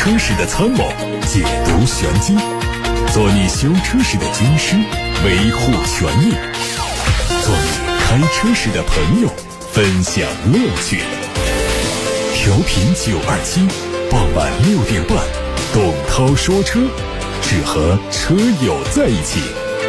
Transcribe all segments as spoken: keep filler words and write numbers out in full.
车时的参谋，解读玄机，做你修车时的军师，维护权益，做你开车时的朋友，分享乐趣。调频九二七，傍晚六点半，董涛说车，只和车友在一起。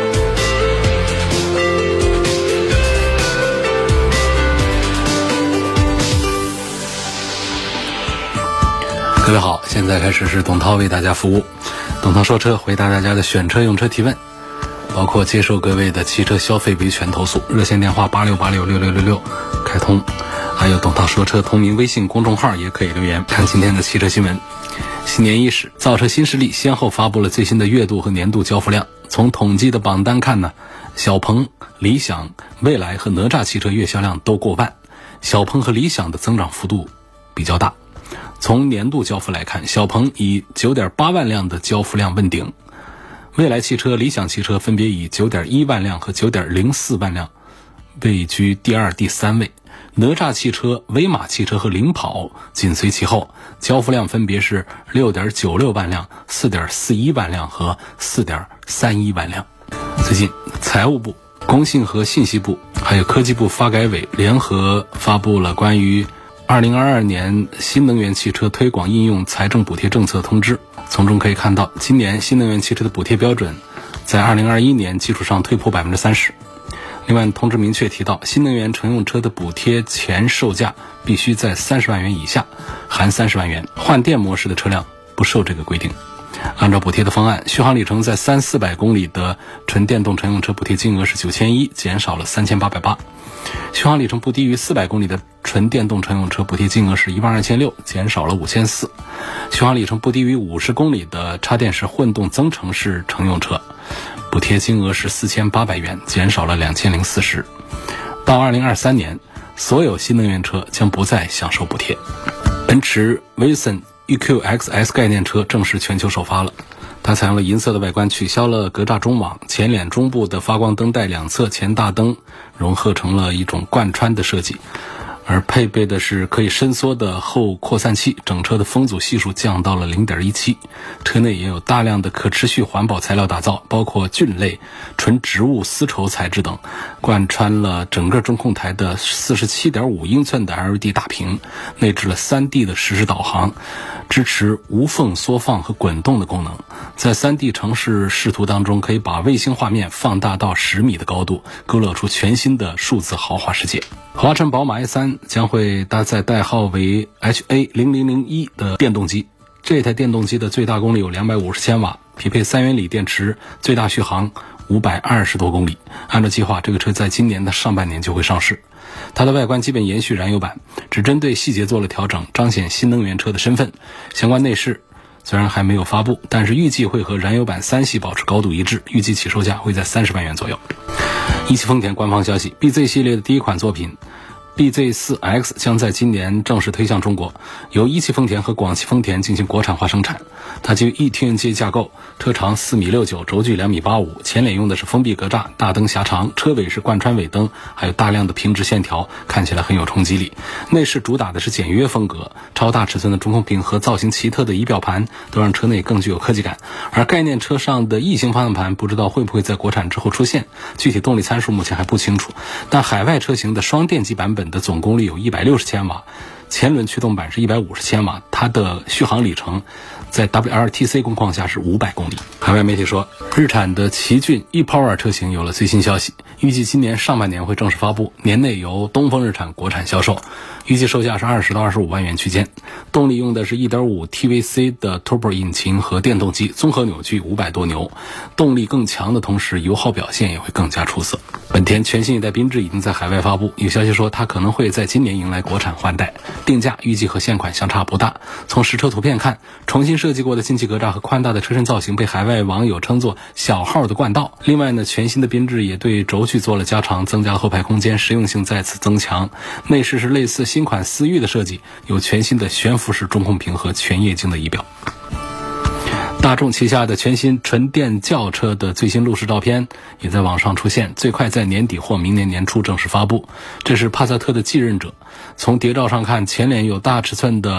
各位好，现在开始是董涛为大家服务。董涛说车回答大家的选车用车提问，包括接受各位的汽车消费维权投诉，热线电话八六八六六六六六开通，还有董涛说车同名微信公众号也可以留言。看今天的汽车新闻。新年伊始，造车新势力先后发布了最新的月度和年度交付量。从统计的榜单看呢，小鹏、理想、蔚来和哪吒汽车月销量都过万，小鹏和理想的增长幅度比较大。从年度交付来看，小鹏以 九点八万辆的交付量问鼎，蔚来汽车、理想汽车分别以 九点一万辆和 九点零四万辆位居第二、第三位，哪吒汽车、威马汽车和领跑紧随其后，交付量分别是 六点九六万辆、四点四一万辆和 四点三一万辆。最近财务部、工信和信息部还有科技部发改委联合发布了关于二零二二年新能源汽车推广应用财政补贴政策通知，从中可以看到，今年新能源汽车的补贴标准在二零二一年基础上推破 百分之三十。 另外，通知明确提到，新能源乘用车的补贴前售价必须在三十万元以下，含三十万元，换电模式的车辆不受这个规定。按照补贴的方案，续航里程在三四百公里的纯电动乘用车补贴金额是九千一，减少了三千八百八；续航里程不低于四百公里的纯电动乘用车补贴金额是一万二千六，减少了五千四；续航里程不低于五十公里的插电式混动增程式乘用车补贴金额是四千八百元，减少了两千零四十。到二零二三年，所有新能源车将不再享受补贴。奔驰 Vision E Q X S 概念车正式全球首发了，它采用了银色的外观，取消了格栅中网，前脸中部的发光灯带两侧前大灯融合成了一种贯穿的设计，而配备的是可以伸缩的后扩散器，整车的风阻系数降到了 零点一七。 车内也有大量的可持续环保材料打造，包括菌类、纯植物丝绸材质等，贯穿了整个中控台的 四十七点五英寸的 L E D 大屏，内置了 三 D 的实时导航，支持无缝缩放和滚动的功能。在 三 D 城市视图当中，可以把卫星画面放大到十米的高度，勾勒出全新的数字豪华世界。华晨宝马 i 三 将会搭载代号为 H A 零零零一 的电动机，这台电动机的最大功率有两百五十千瓦，匹配三元锂电池，最大续航五百二十多公里。按照计划，这个车在今年的上半年就会上市。它的外观基本延续燃油版，只针对细节做了调整，彰显新能源车的身份。相关内饰虽然还没有发布，但是预计会和燃油版三系保持高度一致，预计起售价会在三十万元左右。一汽丰田官方消息， B Z 系列的第一款作品 B Z 四 X 将在今年正式推向中国，由一汽丰田和广汽丰田进行国产化生产。它基于 E T N G A 架构，车长四米六九，轴距两米八五，前脸用的是封闭格栅，大灯狭长，车尾是贯穿尾灯，还有大量的平直线条，看起来很有冲击力。内饰主打的是简约风格，超大尺寸的中控屏和造型奇特的仪表盘都让车内更具有科技感。而概念车上的异形方向盘不知道会不会在国产之后出现，具体动力参数目前还不清楚，但海外车型的双电机版本的总功率有一百六十千瓦，前轮驱动版是一百五十千瓦，它的续航里程在 W L T C 工况下是五百公里。海外媒体说，日产的奇骏 e-Power 车型有了最新消息，预计今年上半年会正式发布，年内由东风日产国产销售，预计售价是二十到二十五万元区间。动力用的是 一点五 T V C 的 Turbo 引擎和电动机，综合扭矩五百多牛，动力更强的同时油耗表现也会更加出色。本田全新一代缤智已经在海外发布，有消息说它可能会在今年迎来国产换代，定价预计和现款相差不大。从实车图片看，重新设计过的进气格栅和宽大的车身造型被海外网友称作小号的冠道。另外呢，全新的缤智也对轴距做了加长，增加了后排空间，实用性再次增强。内饰是类似新款思域的设计，有全新的悬浮式中控屏和全液晶的仪表。大众旗下的全新纯电轿车的最新路试照片也在网上出现，最快在年底或明年年初正式发布。这是帕萨特的继任者，从谍照上看，前脸有大尺寸的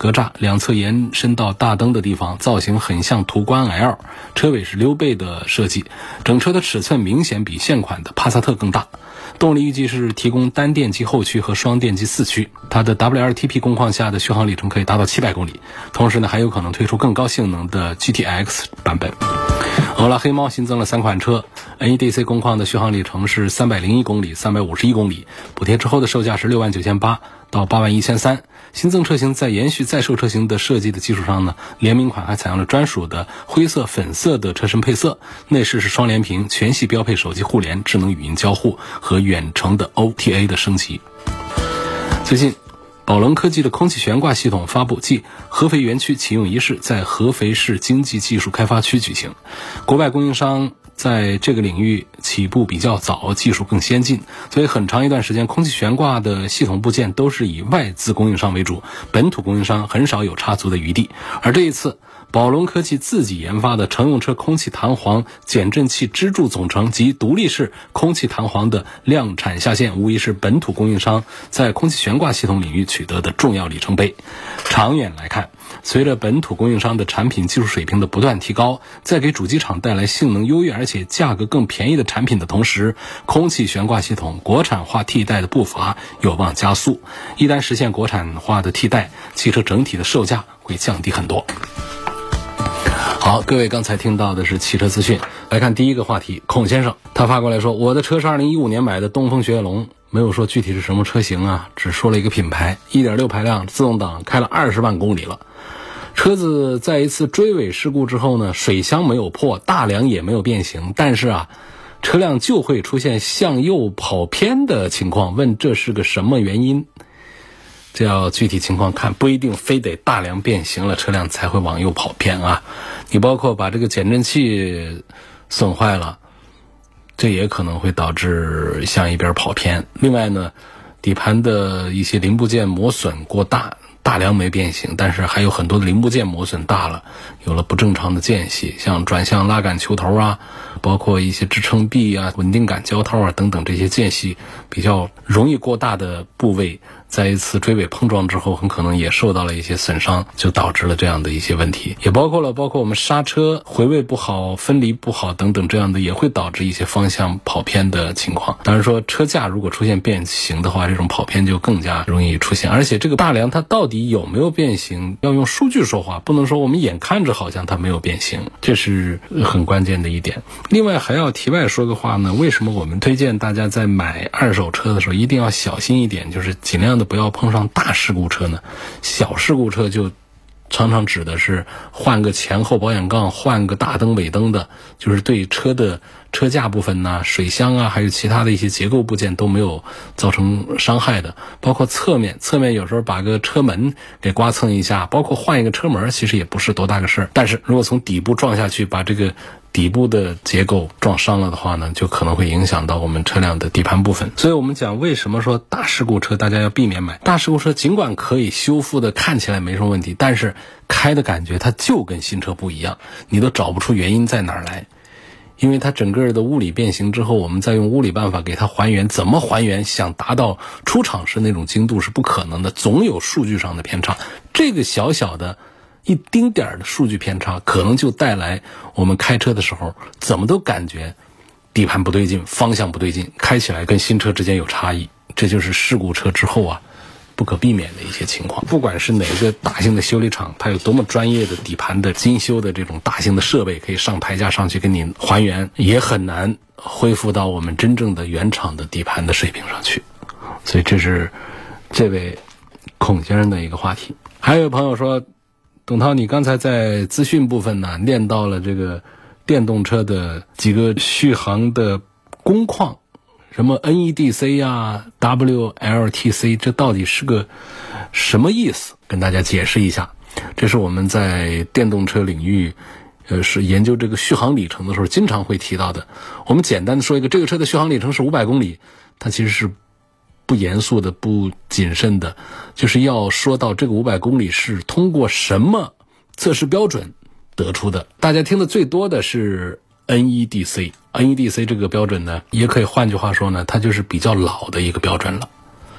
格栅，两侧延伸到大灯的地方，造型很像途观 L， 车尾是溜背的设计，整车的尺寸明显比现款的帕萨特更大。动力预计是提供单电机后驱和双电机四驱，它的 W L T P 工况下的续航里程可以达到七百公里，同时呢还有可能推出更高性能的 G T X 版本。欧拉黑猫新增了三款车 N E D C 工况的续航里程是三百零一公里、三百五十一公里，补贴之后的售价是六万九千八到八万一千三。新增车型在延续在售车型的设计的基础上呢，联名款还采用了专属的灰色粉色的车身配色，内饰是双联屏，全系标配手机互联、智能语音交互和远程的 O T A 的升级。最近宝龙科技的空气悬挂系统发布暨合肥园区启用仪式在合肥市经济技术开发区举行。国外供应商在这个领域起步比较早，技术更先进，所以很长一段时间空气悬挂的系统部件都是以外资供应商为主，本土供应商很少有插足的余地。而这一次宝龙科技自己研发的乘用车空气弹簧减震器支柱总成及独立式空气弹簧的量产下线，无疑是本土供应商在空气悬挂系统领域取得的重要里程碑。长远来看，随着本土供应商的产品技术水平的不断提高，在给主机厂带来性能优越而且价格更便宜的产品的同时，空气悬挂系统国产化替代的步伐有望加速。一旦实现国产化的替代，汽车整体的售价会降低很多。好，各位刚才听到的是汽车资讯。来看第一个话题，孔先生他发过来说，我的车是二零一五年买的东风雪铁龙，没有说具体是什么车型啊，只说了一个品牌， 一点六 排量自动挡，开了二十万公里了。车子在一次追尾事故之后呢，水箱没有破，大梁也没有变形，但是啊车辆就会出现向右跑偏的情况，问这是个什么原因？这要具体情况看，不一定非得大梁变形了车辆才会往右跑偏啊。你包括把这个减震器损坏了，这也可能会导致向一边跑偏。另外呢，底盘的一些零部件磨损过大，大梁没变形，但是还有很多的零部件磨损大了，有了不正常的间隙，像转向拉杆球头啊，包括一些支撑臂啊、稳定杆胶套啊等等，这些间隙比较容易过大的部位，在一次追尾碰撞之后很可能也受到了一些损伤，就导致了这样的一些问题。也包括了包括我们刹车回位不好、分离不好等等，这样的也会导致一些方向跑偏的情况。当然说车架如果出现变形的话，这种跑偏就更加容易出现。而且这个大梁它到底有没有变形，要用数据说话，不能说我们眼看着好像它没有变形，这是很关键的一点。另外还要题外说个话呢，为什么我们推荐大家在买二手车的时候一定要小心一点，就是尽量的不要碰上大事故车呢？小事故车就常常指的是换个前后保险杠、换个大灯尾灯的，就是对车的车架部分呐、水箱啊，还有其他的一些结构部件都没有造成伤害的。包括侧面，侧面有时候把个车门给刮蹭一下，包括换一个车门，其实也不是多大个事儿。但是如果从底部撞下去，把这个底部的结构撞伤了的话呢，就可能会影响到我们车辆的底盘部分。所以我们讲为什么说大事故车大家要避免买。大事故车尽管可以修复的看起来没什么问题，但是开的感觉它就跟新车不一样，你都找不出原因在哪儿来。因为它整个的物理变形之后，我们再用物理办法给它还原，怎么还原想达到出厂时那种精度是不可能的，总有数据上的偏差。这个小小的一丁点儿的数据偏差，可能就带来我们开车的时候怎么都感觉底盘不对劲，方向不对劲，开起来跟新车之间有差异。这就是事故车之后啊不可避免的一些情况。不管是哪个大型的修理厂，它有多么专业的底盘的精修的这种大型的设备，可以上牌架上去给你还原，也很难恢复到我们真正的原厂的底盘的水平上去。所以这是这位孔先生的一个话题。还有朋友说，董涛，你刚才在资讯部分呢念到了这个电动车的几个续航的工况，什么 N E D C 啊 W L T C， 这到底是个什么意思？跟大家解释一下。这是我们在电动车领域呃，是研究这个续航里程的时候经常会提到的。我们简单的说一个，这个车的续航里程是五百公里，它其实是不严肃的、不谨慎的，就是要说到这个五百公里是通过什么测试标准得出的。大家听的最多的是 N E D C。N E D C 这个标准呢，也可以换句话说呢，它就是比较老的一个标准了。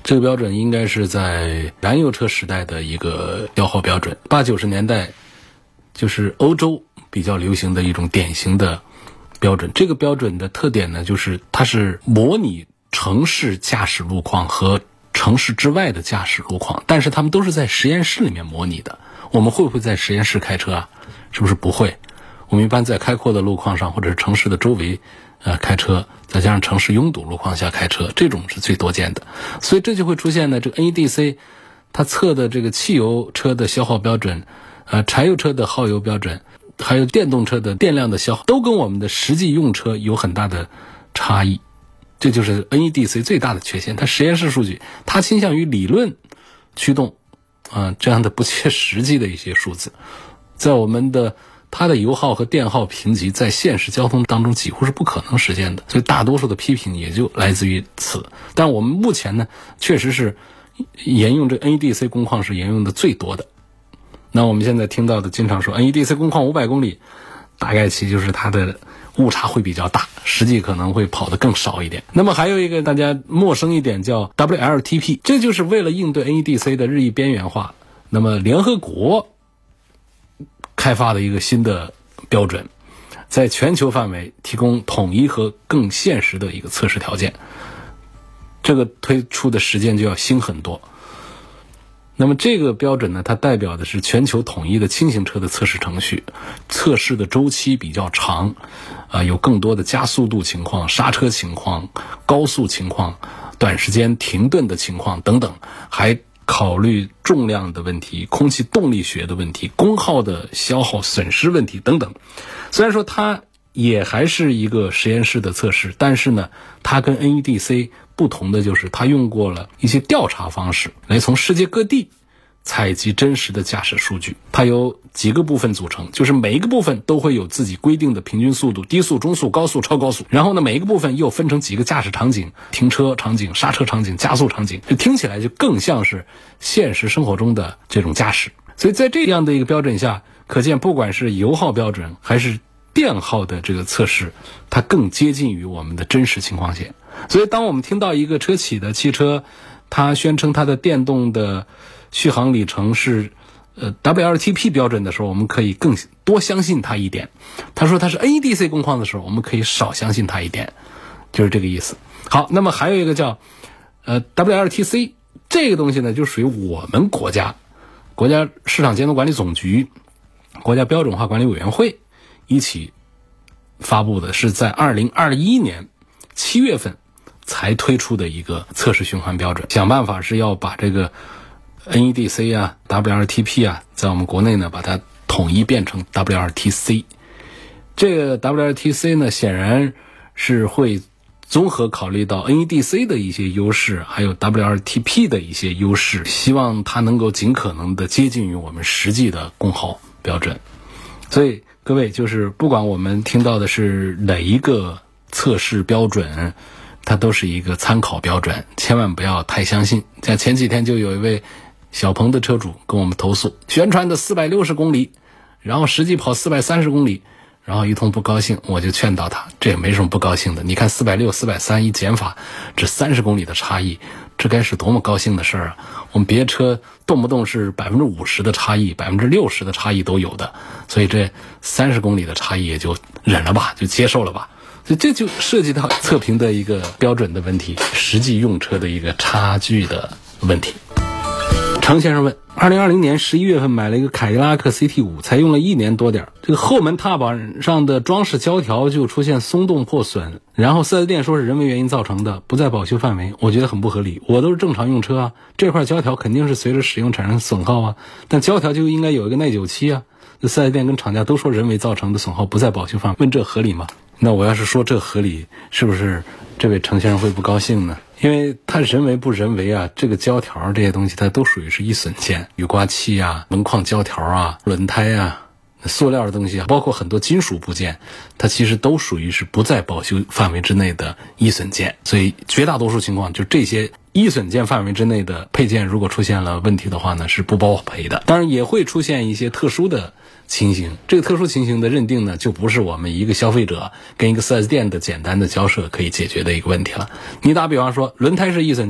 这个标准应该是在燃油车时代的一个消耗标准，八九十年代就是欧洲比较流行的一种典型的标准。这个标准的特点呢，就是它是模拟城市驾驶路况和城市之外的驾驶路况，但是他们都是在实验室里面模拟的。我们会不会在实验室开车啊？是不是不会？我们一般在开阔的路况上或者是城市的周围呃开车，再加上城市拥堵路况下开车，这种是最多见的。所以这就会出现呢，这个 N E D C 它测的这个汽油车的消耗标准，呃柴油车的耗油标准，还有电动车的电量的消耗，都跟我们的实际用车有很大的差异。这就是 N E D C 最大的缺陷，它实验室数据它倾向于理论驱动啊、呃、这样的不切实际的一些数字，在我们的它的油耗和电耗评级在现实交通当中几乎是不可能实现的，所以大多数的批评也就来自于此。但我们目前呢，确实是沿用这 N E D C 工况是沿用的最多的。那我们现在听到的经常说 N E D C 工况五百公里，大概其就是它的误差会比较大，实际可能会跑得更少一点。那么还有一个大家陌生一点叫 W L T P， 这就是为了应对 N E D C 的日益边缘化，那么联合国开发的一个新的标准，在全球范围提供统一和更现实的一个测试条件。这个推出的时间就要新很多。那么这个标准呢，它代表的是全球统一的轻型车的测试程序，测试的周期比较长，啊、呃，有更多的加速度情况、刹车情况、高速情况、短时间停顿的情况等等，还考虑重量的问题、空气动力学的问题、功耗的消耗损失问题等等。虽然说它也还是一个实验室的测试，但是呢，它跟 N E D C 不同的就是它用过了一些调查方式来从世界各地采集真实的驾驶数据。它由几个部分组成，就是每一个部分都会有自己规定的平均速度，低速、中速、高速、超高速，然后呢，每一个部分又分成几个驾驶场景，停车场景、刹车场景、加速场景，这听起来就更像是现实生活中的这种驾驶。所以在这样的一个标准下，可见不管是油耗标准还是电耗的这个测试，它更接近于我们的真实情况下。所以当我们听到一个车企的汽车，它宣称它的电动的续航里程是呃 W L T P 标准的时候，我们可以更多相信它一点。他说它是 N E D C 工况的时候，我们可以少相信它一点，就是这个意思。好，那么还有一个叫呃 W L T C 这个东西呢，就属于我们国家国家市场监督管理总局、国家标准化管理委员会一起发布的，是在二零二一年七月份才推出的一个测试循环标准，想办法是要把这个 N E D C 啊 W L T P 啊在我们国内呢把它统一变成 W L T C。 这个 W L T C 呢显然是会综合考虑到 N E D C 的一些优势，还有 W L T P 的一些优势，希望它能够尽可能的接近于我们实际的功耗标准。所以各位，就是不管我们听到的是哪一个测试标准，它都是一个参考标准，千万不要太相信。像前几天就有一位小鹏的车主跟我们投诉，宣传的四百六十公里，然后实际跑四百三十公里，然后一通不高兴，我就劝导他，这也没什么不高兴的。你看四百六十、四百三十一减法，这三十公里的差异，这该是多么高兴的事儿啊！我们别车动不动是百分之五十的差异，百分之六十的差异都有的，所以这三十公里的差异也就忍了吧，就接受了吧。所以这就涉及到测评的一个标准的问题，实际用车的一个差距的问题。程先生问，二零二零年十一月份买了一个凯迪拉克 C T 五， 才用了一年多点，这个后门踏板上的装饰胶条就出现松动破损，然后 四 S 店说是人为原因造成的，不在保修范围。我觉得很不合理，我都是正常用车啊，这块胶条肯定是随着使用产生损耗啊，但胶条就应该有一个耐久期啊。这 四 S 店跟厂家都说人为造成的损耗不在保修范围，问这合理吗？那我要是说这合理，是不是这位程先生会不高兴呢？因为它人为不人为啊，这个胶条这些东西它都属于是易损件，雨刮器啊、门框胶条啊、轮胎啊、塑料的东西啊，包括很多金属部件，它其实都属于是不在保修范围之内的易损件。所以绝大多数情况，就这些易损件范围之内的配件如果出现了问题的话呢，是不包赔的。当然也会出现一些特殊的情形，这个特殊情形的认定呢，就不是我们一个消费者跟一个 四 S 店的简单的交涉可以解决的一个问题了。你打比方说，轮胎是易损件，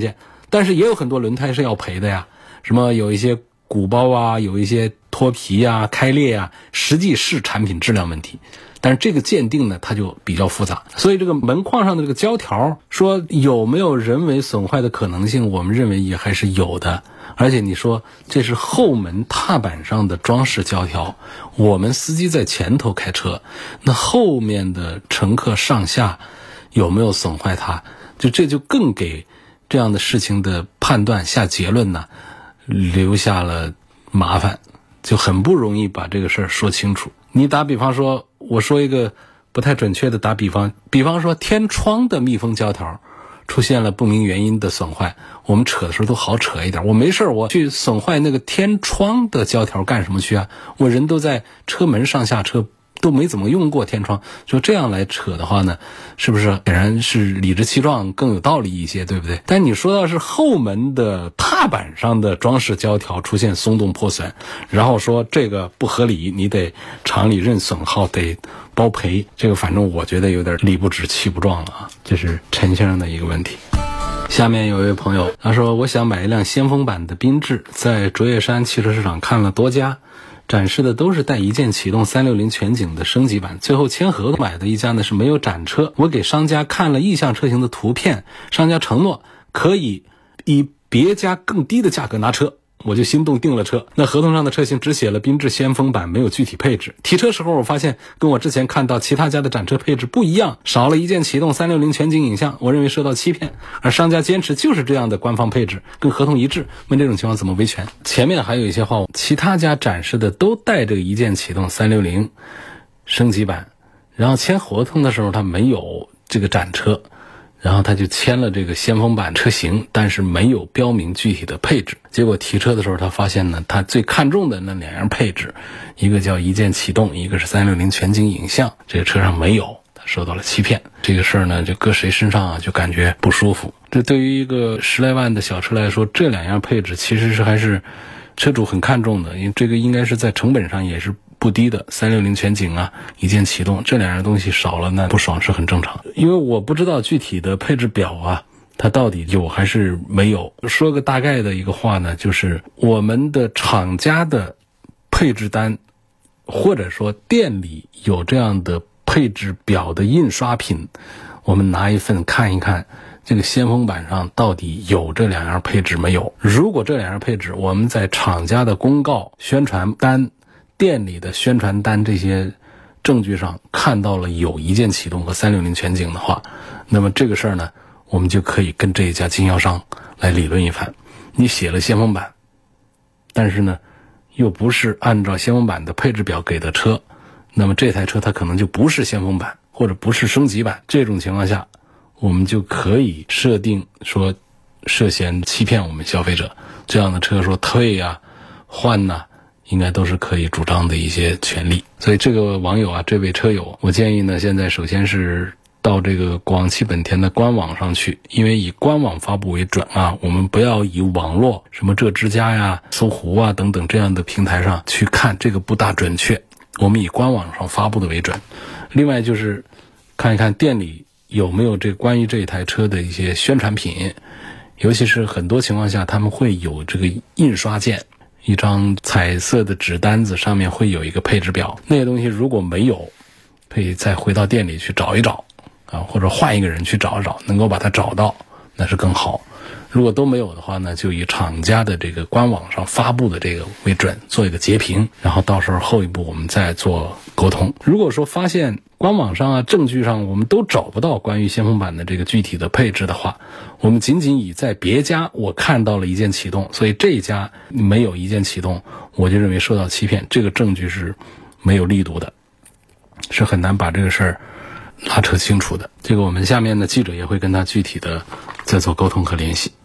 但是也有很多轮胎是要赔的呀，什么有一些鼓包啊，有一些脱皮啊、开裂啊，实际是产品质量问题。但是这个鉴定呢，它就比较复杂，所以这个门框上的这个胶条说有没有人为损坏的可能性，我们认为也还是有的。而且你说这是后门踏板上的装饰胶条，我们司机在前头开车，那后面的乘客上下有没有损坏它，就这就更给这样的事情的判断下结论呢留下了麻烦，就很不容易把这个事儿说清楚。你打比方说，我说一个不太准确的打比方，比方说天窗的密封胶条出现了不明原因的损坏，我们扯的时候都好扯一点。我没事我去损坏那个天窗的胶条干什么去啊？我人都在车门上下车，都没怎么用过天窗，就这样来扯的话呢，是不是显然是理直气壮更有道理一些，对不对？但你说到是后门的踏板上的装饰胶条出现松动破损，然后说这个不合理，你得厂里认损耗，得包赔，这个反正我觉得有点理不直气不壮了啊，这是陈先生的一个问题。下面有一位朋友他说，我想买一辆先锋版的缤智，在卓越山汽车市场看了多家，展示的都是带一键启动三六零全景的升级版，最后签合同买的一家呢是没有展车。我给商家看了意向车型的图片，商家承诺可以以别家更低的价格拿车，我就心动订了车。那合同上的车型只写了缤智先锋版，没有具体配置。提车时候我发现跟我之前看到其他家的展车配置不一样，少了一键启动三六零全景影像，我认为受到欺骗，而商家坚持就是这样的官方配置，跟合同一致。问这种情况怎么维权？前面还有一些话，其他家展示的都带这个一键启动三六零升级版，然后签合同的时候他没有这个展车，然后他就签了这个先锋版车型，但是没有标明具体的配置。结果提车的时候他发现呢，他最看重的那两样配置，一个叫一键启动，一个是三六零全景影像，这个车上没有，他受到了欺骗。这个事儿呢，就搁谁身上啊就感觉不舒服。这对于一个十来万的小车来说，这两样配置其实是还是车主很看重的，因为这个应该是在成本上也是不低的，三六零全景啊，一键启动，这两样东西少了那不爽是很正常。因为我不知道具体的配置表啊，它到底有还是没有。说个大概的一个话呢，就是我们的厂家的配置单，或者说店里有这样的配置表的印刷品，我们拿一份看一看，这个先锋版上到底有这两样配置没有。如果这两样配置我们在厂家的公告、宣传单、店里的宣传单这些证据上看到了有一键启动和三六零全景的话，那么这个事儿呢，我们就可以跟这一家经销商来理论一番。你写了先锋版，但是呢又不是按照先锋版的配置表给的车，那么这台车它可能就不是先锋版或者不是升级版，这种情况下我们就可以设定说涉嫌欺骗我们消费者，这样的车说退啊换啊应该都是可以主张的一些权利。所以这个网友啊，这位车友，我建议呢，现在首先是到这个广汽本田的官网上去，因为以官网发布为准啊，我们不要以网络什么这之家呀、搜狐啊等等这样的平台上去看，这个不大准确，我们以官网上发布的为准。另外就是看一看店里有没有这关于这一台车的一些宣传品，尤其是很多情况下他们会有这个印刷件，一张彩色的纸单子，上面会有一个配置表，那些东西如果没有，可以再回到店里去找一找啊，或者换一个人去找一找，能够把它找到那是更好。如果都没有的话呢，就以厂家的这个官网上发布的这个为准，做一个截屏，然后到时候后一步我们再做沟通。如果说发现官网上啊证据上我们都找不到关于先锋版的这个具体的配置的话，我们仅仅以在别家我看到了一键启动，所以这一家没有一键启动，我就认为受到欺骗，这个证据是没有力度的，是很难把这个事儿拉扯清楚的。这个我们下面的记者也会跟他具体的再做沟通和联系。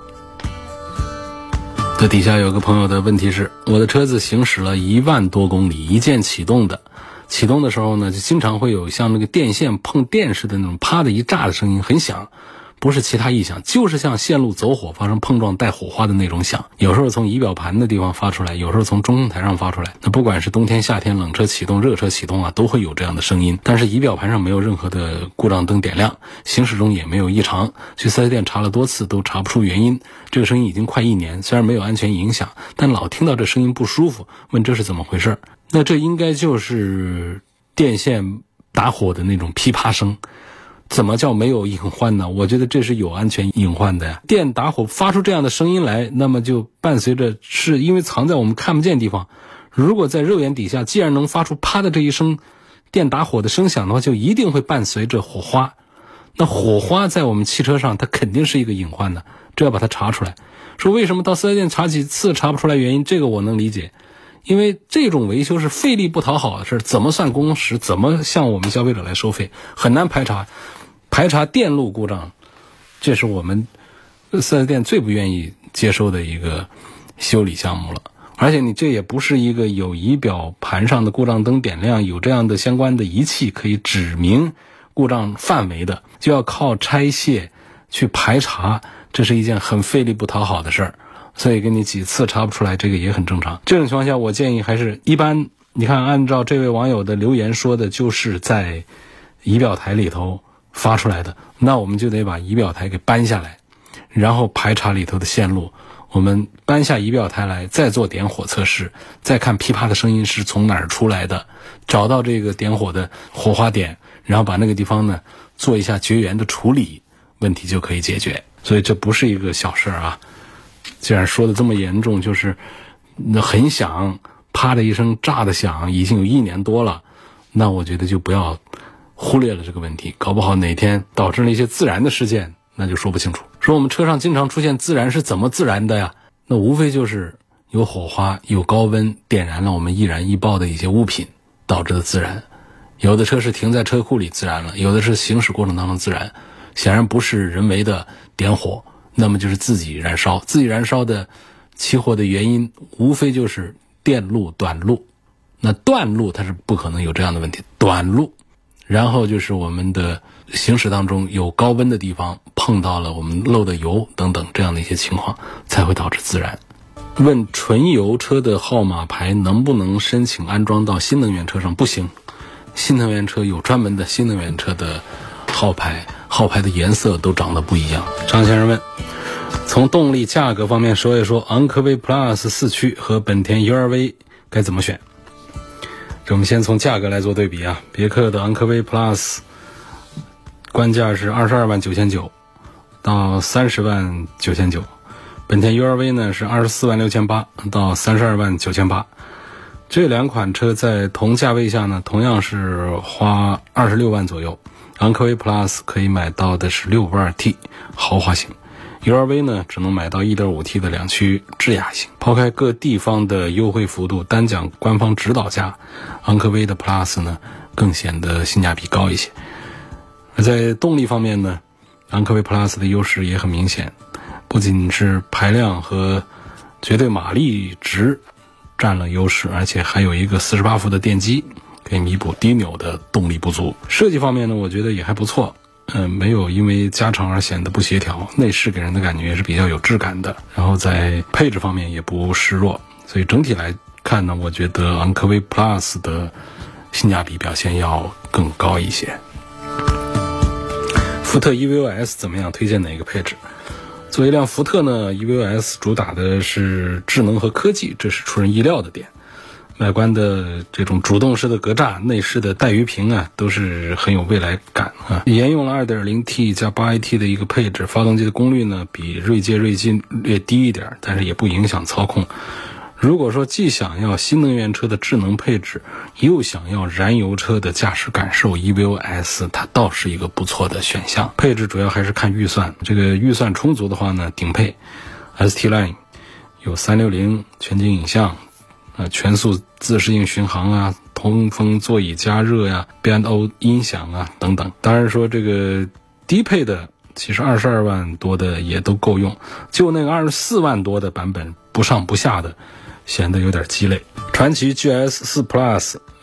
这底下有个朋友的问题是，我的车子行驶了一万多公里，一键启动的，启动的时候呢就经常会有像那个电线碰电似的那种啪的一炸的声音，很响， 不是其他异响，就是像线路走火发生碰撞带火花的那种响，有时候从仪表盘的地方发出来，有时候从中控台上发出来。那不管是冬天夏天冷车启动热车启动啊，都会有这样的声音。但是仪表盘上没有任何的故障灯点亮，行驶中也没有异常，去四 S 店查了多次都查不出原因。这个声音已经快一年，虽然没有安全影响，但老听到这声音不舒服，问这是怎么回事。那这应该就是电线打火的那种噼啪声。怎么叫没有隐患呢？我觉得这是有安全隐患的呀。电打火发出这样的声音来，那么就伴随着是因为藏在我们看不见的地方，如果在肉眼底下既然能发出啪的这一声电打火的声响的话，就一定会伴随着火花。那火花在我们汽车上它肯定是一个隐患的，这要把它查出来。说为什么到四 S 店查几次查不出来原因，这个我能理解，因为这种维修是费力不讨好的事，怎么算工时，怎么向我们消费者来收费，很难排查。排查电路故障，这是我们四 S 店最不愿意接收的一个修理项目了。而且你这也不是一个有仪表盘上的故障灯点亮，有这样的相关的仪器可以指明故障范围的，就要靠拆卸去排查，这是一件很费力不讨好的事儿。所以给你几次查不出来，这个也很正常。这种情况下，我建议还是一般，你看按照这位网友的留言说的，就是在仪表台里头发出来的，那我们就得把仪表台给搬下来，然后排查里头的线路。我们搬下仪表台来，再做点火测试，再看噼啪的声音是从哪儿出来的，找到这个点火的火花点，然后把那个地方呢做一下绝缘的处理，问题就可以解决。所以这不是一个小事啊。既然说的这么严重，就是那很响，啪的一声炸的响，已经有一年多了，那我觉得就不要忽略了这个问题，搞不好哪天导致了一些自燃的事件，那就说不清楚。说我们车上经常出现自燃是怎么自燃的呀？那无非就是有火花、有高温点燃了我们易燃易爆的一些物品导致的自燃。有的车是停在车库里自燃了，有的是行驶过程当中自燃，显然不是人为的点火，那么就是自己燃烧。自己燃烧的起火的原因无非就是电路短路，那断路它是不可能有这样的问题，短路。然后就是我们的行驶当中有高温的地方碰到了我们漏的油等等这样的一些情况，才会导致自燃。问纯油车的号码牌能不能申请安装到新能源车上？不行，新能源车有专门的新能源车的号牌，号牌的颜色都长得不一样。张先生问，从动力价格方面说一说，昂科威 Plus 四驱和本田 U R V 该怎么选？这我们先从价格来做对比啊，别克的昂科威 Plus 官价是二十二万九千九到三十万九千九，本田 U R V 呢是二十四万六千八到三十二万九千八。这两款车在同价位下呢，同样是花二十六万左右。昂科威 Plus 可以买到的是 六点五 二 T 豪华型，U R V 呢只能买到 一点五 T 的两驱智雅型。抛开各地方的优惠幅度，单讲官方指导价，昂科威的 Plus 呢更显得性价比高一些。而在动力方面呢，昂科威 Plus 的优势也很明显，不仅是排量和绝对马力值占了优势，而且还有一个四十八伏的电机，可以弥补低扭的动力不足。设计方面呢，我觉得也还不错。嗯，没有因为加长而显得不协调，内饰给人的感觉也是比较有质感的，然后在配置方面也不示弱，所以整体来看呢，我觉得昂科威 Plus 的性价比表现要更高一些。福特 E V O S 怎么样？推荐哪个配置？作为一辆福特呢， E V O S 主打的是智能和科技，这是出人意料的点。外观的这种主动式的格栅，内饰的带鱼屏啊，都是很有未来感啊。沿用了 二点零 T 加 八 A T 的一个配置，发动机的功率呢比锐界、锐际略低一点，但是也不影响操控。如果说既想要新能源车的智能配置，又想要燃油车的驾驶感受， E V O S 它倒是一个不错的选项。配置主要还是看预算，这个预算充足的话呢，顶配 S T Line 有三六零全景影像啊，全速自适应巡航啊，通风座椅加热呀、啊、B and O 音响啊等等。当然说这个低配的其实二十二万多的也都够用，就那个二十四万多的版本不上不下的，显得有点鸡肋。传祺 G S 四 Plus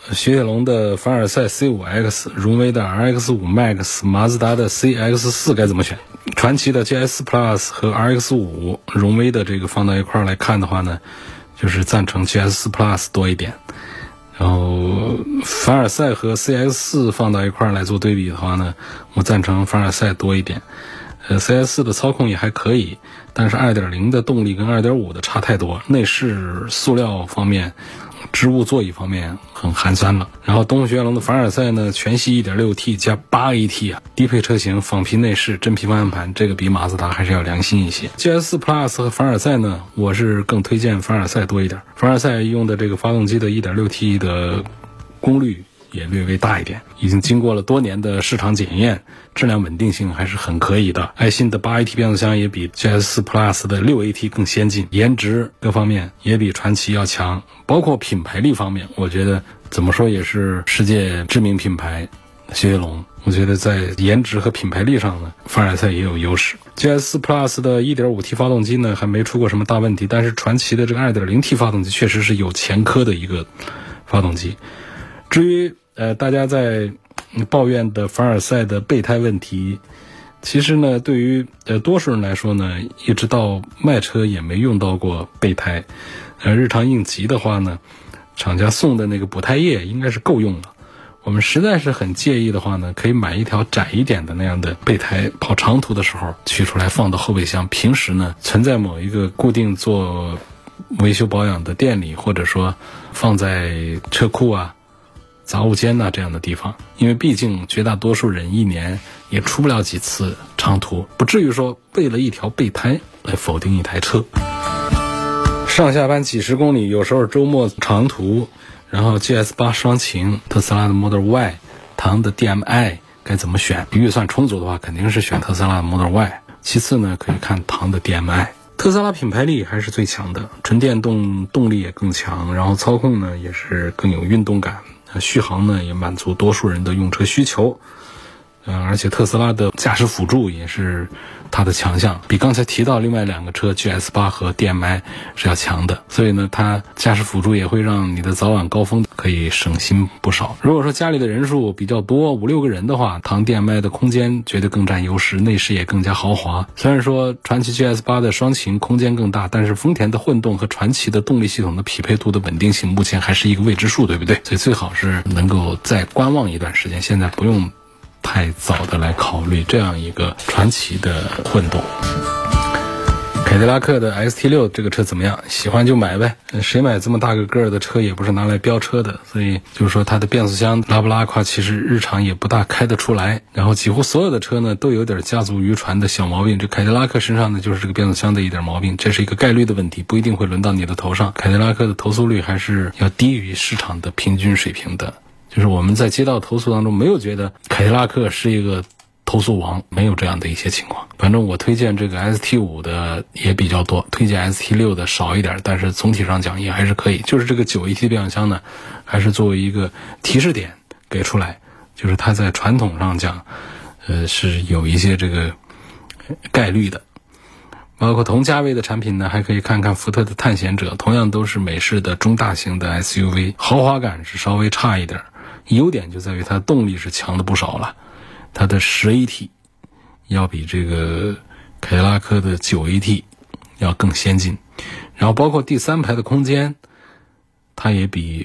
雪铁龙的凡尔赛 C 五 X、 荣威的 R X 五 Max、 马自达的 C X 四 该怎么选？传祺的 G S Plus 和 R X 五， 荣威的这个放到一块来看的话呢，就是赞成 G S Plus 多一点。然后凡尔赛和 C X 四 放到一块来做对比的话呢，我赞成凡尔赛多一点。呃 C X 四 的操控也还可以，但是 二点零 的动力跟 二点五 的差太多，内饰塑料方面、织物座椅方面很寒酸了。然后东风雪铁龙的凡尔赛呢，全系 一点六 T 加 八 A T 啊，低配车型，仿皮内饰，真皮方向盘，这个比马自达还是要良心一些。 G S Plus 和凡尔赛呢，我是更推荐凡尔赛多一点。凡尔赛用的这个发动机的 一点六 T 的功率也略微大一点，已经经过了多年的市场检验，质量稳定性还是很可以的。爱信的 八 A T 变速箱也比 G S Plus 的 六 A T 更先进，颜值各方面也比传祺要强，包括品牌力方面，我觉得怎么说也是世界知名品牌雪铁龙，我觉得在颜值和品牌力上呢，凡尔赛也有优势。 G S Plus 的 一点五 T 发动机呢还没出过什么大问题，但是传祺的这个 二点零 T 发动机确实是有前科的一个发动机。至于呃，大家在抱怨的凡尔赛的备胎问题，其实呢，对于呃多数人来说呢，一直到卖车也没用到过备胎。呃，日常应急的话呢，厂家送的那个补胎液应该是够用的。我们实在是很介意的话呢，可以买一条窄一点的那样的备胎，跑长途的时候取出来放到后备箱。平时呢，存在某一个固定做维修保养的店里，或者说放在车库啊、杂物间呐、啊、这样的地方，因为毕竟绝大多数人一年也出不了几次长途，不至于说为了一条备胎来否定一台车。上下班几十公里，有时候周末长途，然后 G S 八 双擎，特斯拉的 Model Y， 唐的 D M I 该怎么选？预算充足的话，肯定是选特斯拉的 Model Y。其次呢，可以看唐的 D M I。特斯拉品牌力还是最强的，纯电动动力也更强，然后操控呢也是更有运动感。续航呢也满足多数人的用车需求，呃，而且特斯拉的驾驶辅助也是它的强项，比刚才提到另外两个车 G S 八 和 D M I 是要强的，所以呢，它驾驶辅助也会让你的早晚高峰可以省心不少。如果说家里的人数比较多，五六个人的话，唐 D M I 的空间绝对更占优势，内饰也更加豪华。虽然说传祺 G S 八 的双擎空间更大，但是丰田的混动和传祺的动力系统的匹配度的稳定性目前还是一个未知数，对不对？所以最好是能够再观望一段时间，现在不用太早的来考虑这样一个传祺的混动。凯迪拉克的 X T 六 这个车怎么样？喜欢就买呗，谁买这么大个个的车也不是拿来飙车的，所以就是说它的变速箱拉不拉胯，其实日常也不大开得出来。然后几乎所有的车呢都有点家族遗传的小毛病，这凯迪拉克身上呢就是这个变速箱的一点毛病，这是一个概率的问题，不一定会轮到你的头上。凯迪拉克的投诉率还是要低于市场的平均水平的，就是我们在接到投诉当中没有觉得凯迪拉克是一个投诉王，没有这样的一些情况。反正我推荐这个 S T 五 的也比较多，推荐 S T 六 的少一点，但是总体上讲也还是可以。就是这个 九 A T 变速箱呢，还是作为一个提示点给出来，就是它在传统上讲呃，是有一些这个概率的。包括同价位的产品呢，还可以看看福特的探险者，同样都是美式的中大型的 S U V， 豪华感是稍微差一点，优点就在于它动力是强的不少了，它的十 A T 要比这个凯迪拉克的九 A T 要更先进，然后包括第三排的空间它也比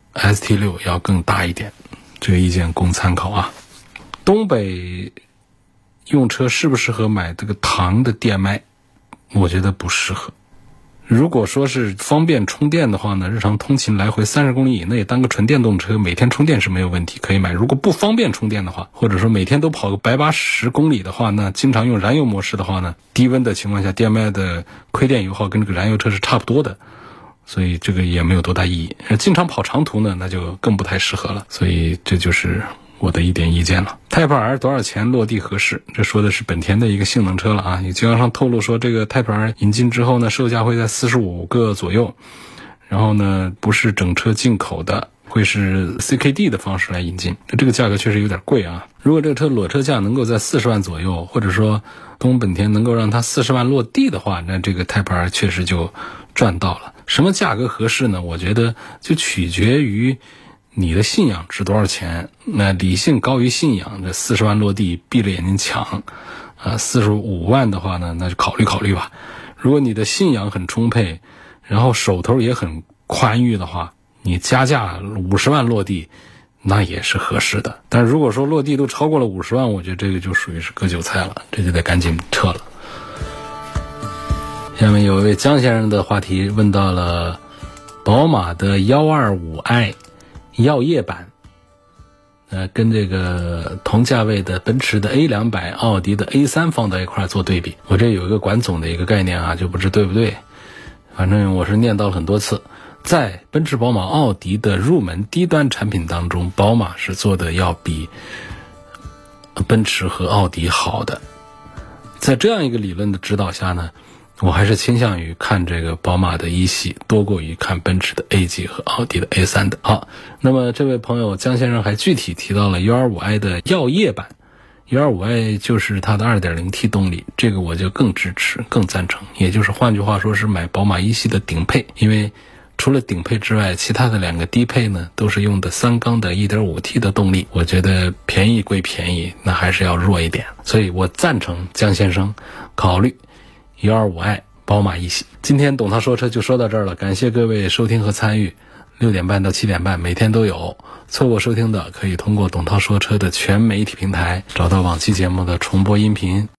S T 六 要更大一点，这个意见供参考啊。东北用车适不适合买这个唐的 D M I？ 我觉得不适合。如果说是方便充电的话呢，日常通勤来回三十公里以内，当个纯电动车每天充电是没有问题，可以买。如果不方便充电的话，或者说每天都跑个百八十公里的话，那经常用燃油模式的话呢，低温的情况下 D M I 的亏电油耗跟这个燃油车是差不多的，所以这个也没有多大意义。经常跑长途呢，那就更不太适合了。所以这就是我的一点意见了。Type R 多少钱落地合适？这说的是本田的一个性能车了啊。有经销商透露说，这个 Type R 引进之后呢，售价会在四十五个左右，然后呢不是整车进口的，会是 C K D 的方式来引进，这个价格确实有点贵啊。如果这个车裸车价能够在四十万左右，或者说东风本田能够让它四十万落地的话，那这个 Type R 确实就赚到了。什么价格合适呢？我觉得就取决于你的信仰值多少钱？那理性高于信仰，这四十万落地闭着眼睛抢，啊，四十五万的话呢，那就考虑考虑吧。如果你的信仰很充沛，然后手头也很宽裕的话，你加价五十万落地，那也是合适的。但如果说落地都超过了五十万，我觉得这个就属于是割韭菜了，这就得赶紧撤了。下面有一位江先生的话题问到了宝马的一二五 i 耀夜版，呃，跟这个同价位的奔驰的 A 两百、奥迪的 A 三 放在一块做对比。我这有一个管总的一个概念啊，就不知对不对，反正我是念到了很多次。在奔驰、宝马、奥迪的入门低端产品当中，宝马是做的要比奔驰和奥迪好的。在这样一个理论的指导下呢，我还是倾向于看这个宝马的一系多过于看奔驰的 A 级和奥迪的 A 三 的。好，那么这位朋友江先生还具体提到了 一二五 i 的耀夜版， 一二五 i 就是它的 二点零 T 动力，这个我就更支持更赞成，也就是换句话说是买宝马一系的顶配。因为除了顶配之外，其他的两个低配呢都是用的三缸的 一点五 T 的动力，我觉得便宜归便宜，那还是要弱一点，所以我赞成江先生考虑一二五 i 宝马一系。今天董涛说车就说到这儿了，感谢各位收听和参与，六点半到七点半每天都有，错过收听的可以通过董涛说车的全媒体平台找到往期节目的重播音频。